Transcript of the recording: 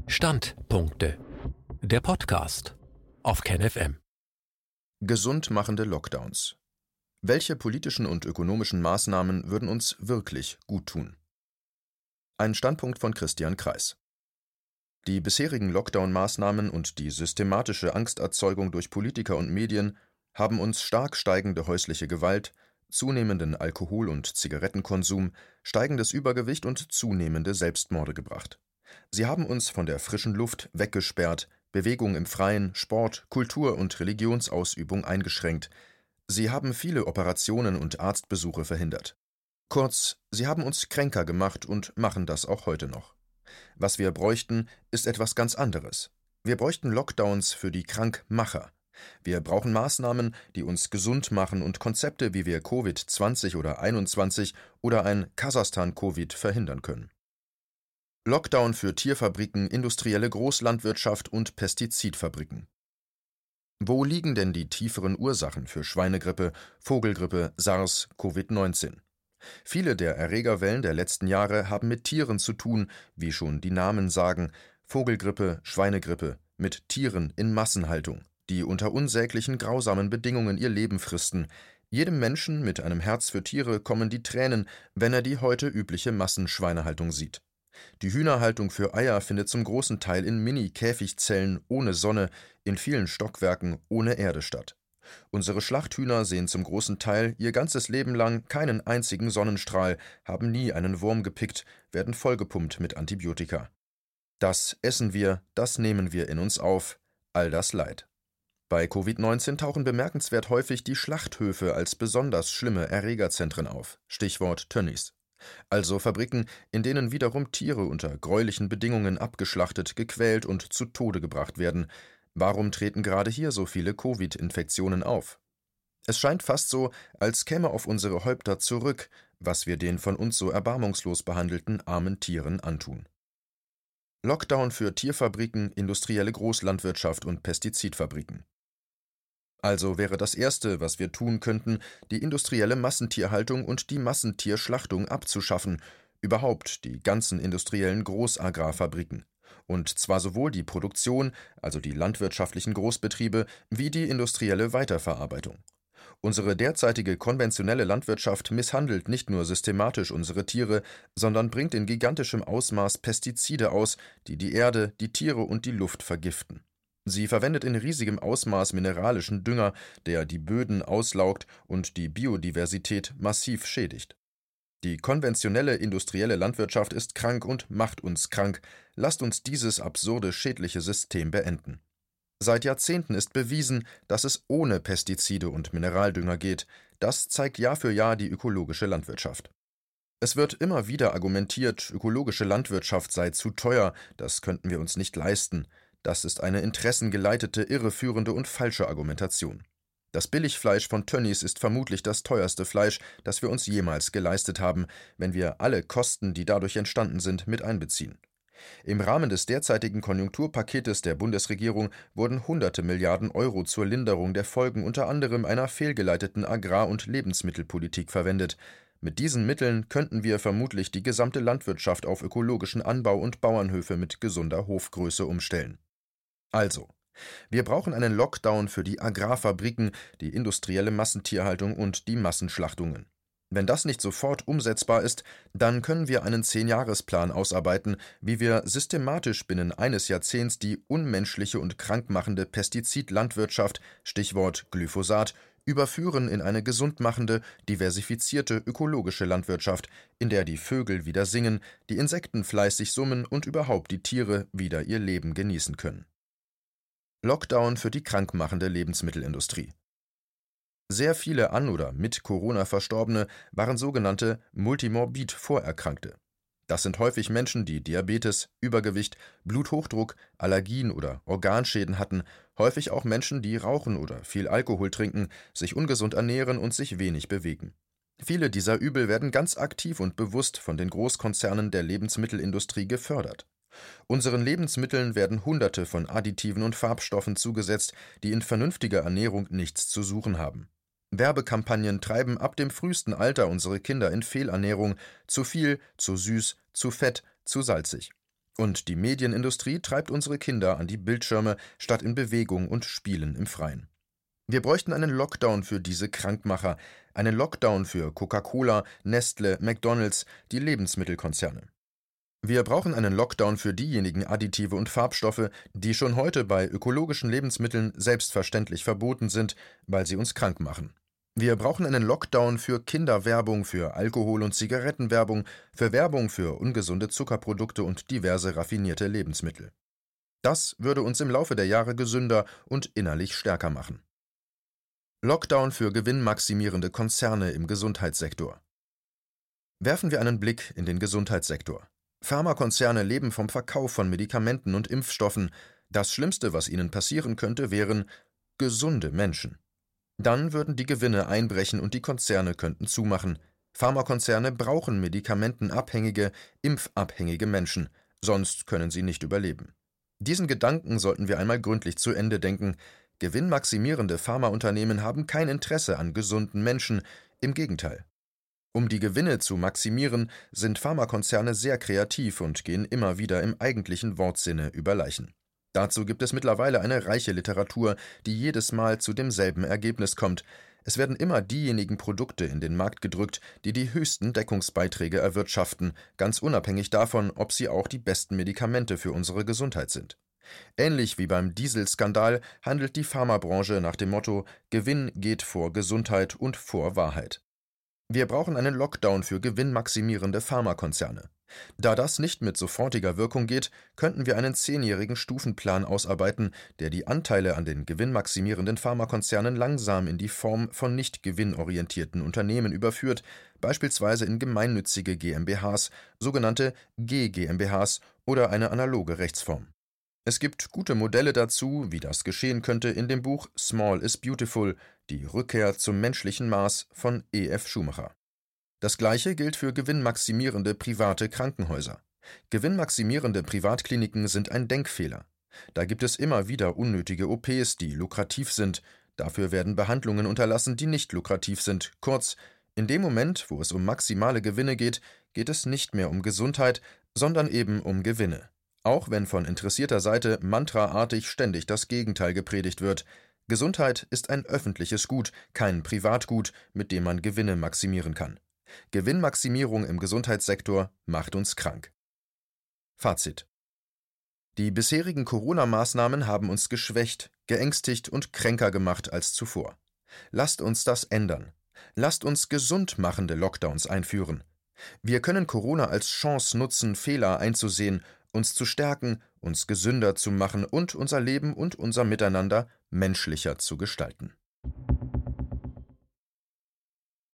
Standpunkte. Der Podcast auf KenFM. Gesundmachende Lockdowns. Welche politischen und ökonomischen Maßnahmen würden uns wirklich gut tun? Ein Standpunkt von Christian Kreis. Die bisherigen Lockdown-Maßnahmen und die systematische Angsterzeugung durch Politiker und Medien haben uns stark steigende häusliche Gewalt, zunehmenden Alkohol- und Zigarettenkonsum, steigendes Übergewicht und zunehmende Selbstmorde gebracht. Sie haben uns von der frischen Luft weggesperrt, Bewegung im Freien, Sport, Kultur und Religionsausübung eingeschränkt. Sie haben viele Operationen und Arztbesuche verhindert. Kurz, sie haben uns kränker gemacht und machen das auch heute noch. Was wir bräuchten, ist etwas ganz anderes. Wir bräuchten Lockdowns für die Krankmacher. Wir brauchen Maßnahmen, die uns gesund machen und Konzepte, wie wir Covid-20 oder 21 oder ein Kasachstan-Covid verhindern können. Lockdown für Tierfabriken, industrielle Großlandwirtschaft und Pestizidfabriken. Wo liegen denn die tieferen Ursachen für Schweinegrippe, Vogelgrippe, SARS, Covid-19? Viele der Erregerwellen der letzten Jahre haben mit Tieren zu tun, wie schon die Namen sagen: Vogelgrippe, Schweinegrippe, mit Tieren in Massenhaltung, die unter unsäglichen, grausamen Bedingungen ihr Leben fristen. Jedem Menschen mit einem Herz für Tiere kommen die Tränen, wenn er die heute übliche Massenschweinehaltung sieht. Die Hühnerhaltung für Eier findet zum großen Teil in Mini-Käfigzellen ohne Sonne, in vielen Stockwerken ohne Erde statt. Unsere Schlachthühner sehen zum großen Teil ihr ganzes Leben lang keinen einzigen Sonnenstrahl, haben nie einen Wurm gepickt, werden vollgepumpt mit Antibiotika. Das essen wir, das nehmen wir in uns auf, all das Leid. Bei Covid-19 tauchen bemerkenswert häufig die Schlachthöfe als besonders schlimme Erregerzentren auf, Stichwort Tönnies. Also Fabriken, in denen wiederum Tiere unter greulichen Bedingungen abgeschlachtet, gequält und zu Tode gebracht werden. Warum treten gerade hier so viele Covid-Infektionen auf? Es scheint fast so, als käme auf unsere Häupter zurück, was wir den von uns so erbarmungslos behandelten armen Tieren antun. Lockdown für Tierfabriken, industrielle Großlandwirtschaft und Pestizidfabriken. Also wäre das Erste, was wir tun könnten, die industrielle Massentierhaltung und die Massentierschlachtung abzuschaffen, überhaupt die ganzen industriellen Großagrarfabriken. Und zwar sowohl die Produktion, also die landwirtschaftlichen Großbetriebe, wie die industrielle Weiterverarbeitung. Unsere derzeitige konventionelle Landwirtschaft misshandelt nicht nur systematisch unsere Tiere, sondern bringt in gigantischem Ausmaß Pestizide aus, die die Erde, die Tiere und die Luft vergiften. Sie verwendet in riesigem Ausmaß mineralischen Dünger, der die Böden auslaugt und die Biodiversität massiv schädigt. Die konventionelle industrielle Landwirtschaft ist krank und macht uns krank. Lasst uns dieses absurde, schädliche System beenden. Seit Jahrzehnten ist bewiesen, dass es ohne Pestizide und Mineraldünger geht. Das zeigt Jahr für Jahr die ökologische Landwirtschaft. Es wird immer wieder argumentiert, ökologische Landwirtschaft sei zu teuer, das könnten wir uns nicht leisten. Das ist eine interessengeleitete, irreführende und falsche Argumentation. Das Billigfleisch von Tönnies ist vermutlich das teuerste Fleisch, das wir uns jemals geleistet haben, wenn wir alle Kosten, die dadurch entstanden sind, mit einbeziehen. Im Rahmen des derzeitigen Konjunkturpaketes der Bundesregierung wurden hunderte Milliarden Euro zur Linderung der Folgen unter anderem einer fehlgeleiteten Agrar- und Lebensmittelpolitik verwendet. Mit diesen Mitteln könnten wir vermutlich die gesamte Landwirtschaft auf ökologischen Anbau und Bauernhöfe mit gesunder Hofgröße umstellen. Also, wir brauchen einen Lockdown für die Agrarfabriken, die industrielle Massentierhaltung und die Massenschlachtungen. Wenn das nicht sofort umsetzbar ist, dann können wir einen 10-Jahresplan ausarbeiten, wie wir systematisch binnen eines Jahrzehnts die unmenschliche und krankmachende Pestizidlandwirtschaft, Stichwort Glyphosat, überführen in eine gesundmachende, diversifizierte ökologische Landwirtschaft, in der die Vögel wieder singen, die Insekten fleißig summen und überhaupt die Tiere wieder ihr Leben genießen können. Lockdown für die krankmachende Lebensmittelindustrie. Sehr viele an oder mit Corona Verstorbene waren sogenannte Multimorbid-Vorerkrankte. Das sind häufig Menschen, die Diabetes, Übergewicht, Bluthochdruck, Allergien oder Organschäden hatten, häufig auch Menschen, die rauchen oder viel Alkohol trinken, sich ungesund ernähren und sich wenig bewegen. Viele dieser Übel werden ganz aktiv und bewusst von den Großkonzernen der Lebensmittelindustrie gefördert. Unseren Lebensmitteln werden Hunderte von Additiven und Farbstoffen zugesetzt, die in vernünftiger Ernährung nichts zu suchen haben. Werbekampagnen treiben ab dem frühesten Alter unsere Kinder in Fehlernährung, zu viel, zu süß, zu fett, zu salzig. Und die Medienindustrie treibt unsere Kinder an die Bildschirme statt in Bewegung und Spielen im Freien. Wir bräuchten einen Lockdown für diese Krankmacher, einen Lockdown für Coca-Cola, Nestle, McDonald's, die Lebensmittelkonzerne. Wir brauchen einen Lockdown für diejenigen Additive und Farbstoffe, die schon heute bei ökologischen Lebensmitteln selbstverständlich verboten sind, weil sie uns krank machen. Wir brauchen einen Lockdown für Kinderwerbung, für Alkohol- und Zigarettenwerbung, für Werbung für ungesunde Zuckerprodukte und diverse raffinierte Lebensmittel. Das würde uns im Laufe der Jahre gesünder und innerlich stärker machen. Lockdown für gewinnmaximierende Konzerne im Gesundheitssektor. Werfen wir einen Blick in den Gesundheitssektor. Pharmakonzerne leben vom Verkauf von Medikamenten und Impfstoffen. Das Schlimmste, was ihnen passieren könnte, wären gesunde Menschen. Dann würden die Gewinne einbrechen und die Konzerne könnten zumachen. Pharmakonzerne brauchen medikamentenabhängige, impfabhängige Menschen, sonst können sie nicht überleben. Diesen Gedanken sollten wir einmal gründlich zu Ende denken. Gewinnmaximierende Pharmaunternehmen haben kein Interesse an gesunden Menschen, im Gegenteil. Um die Gewinne zu maximieren, sind Pharmakonzerne sehr kreativ und gehen immer wieder im eigentlichen Wortsinne über Leichen. Dazu gibt es mittlerweile eine reiche Literatur, die jedes Mal zu demselben Ergebnis kommt. Es werden immer diejenigen Produkte in den Markt gedrückt, die die höchsten Deckungsbeiträge erwirtschaften, ganz unabhängig davon, ob sie auch die besten Medikamente für unsere Gesundheit sind. Ähnlich wie beim Dieselskandal handelt die Pharmabranche nach dem Motto: Gewinn geht vor Gesundheit und vor Wahrheit. Wir brauchen einen Lockdown für gewinnmaximierende Pharmakonzerne. Da das nicht mit sofortiger Wirkung geht, könnten wir einen 10-jährigen Stufenplan ausarbeiten, der die Anteile an den gewinnmaximierenden Pharmakonzernen langsam in die Form von nicht gewinnorientierten Unternehmen überführt, beispielsweise in gemeinnützige GmbHs, sogenannte G-GmbHs oder eine analoge Rechtsform. Es gibt gute Modelle dazu, wie das geschehen könnte, in dem Buch Small is Beautiful – Die Rückkehr zum menschlichen Maß von E.F. Schumacher. Das Gleiche gilt für gewinnmaximierende private Krankenhäuser. Gewinnmaximierende Privatkliniken sind ein Denkfehler. Da gibt es immer wieder unnötige OPs, die lukrativ sind. Dafür werden Behandlungen unterlassen, die nicht lukrativ sind. Kurz, in dem Moment, wo es um maximale Gewinne geht, geht es nicht mehr um Gesundheit, sondern eben um Gewinne. Auch wenn von interessierter Seite mantraartig ständig das Gegenteil gepredigt wird. Gesundheit ist ein öffentliches Gut, kein Privatgut, mit dem man Gewinne maximieren kann. Gewinnmaximierung im Gesundheitssektor macht uns krank. Fazit: Die bisherigen Corona-Maßnahmen haben uns geschwächt, geängstigt und kränker gemacht als zuvor. Lasst uns das ändern. Lasst uns gesund machende Lockdowns einführen. Wir können Corona als Chance nutzen, Fehler einzusehen, uns zu stärken, uns gesünder zu machen und unser Leben und unser Miteinander menschlicher zu gestalten.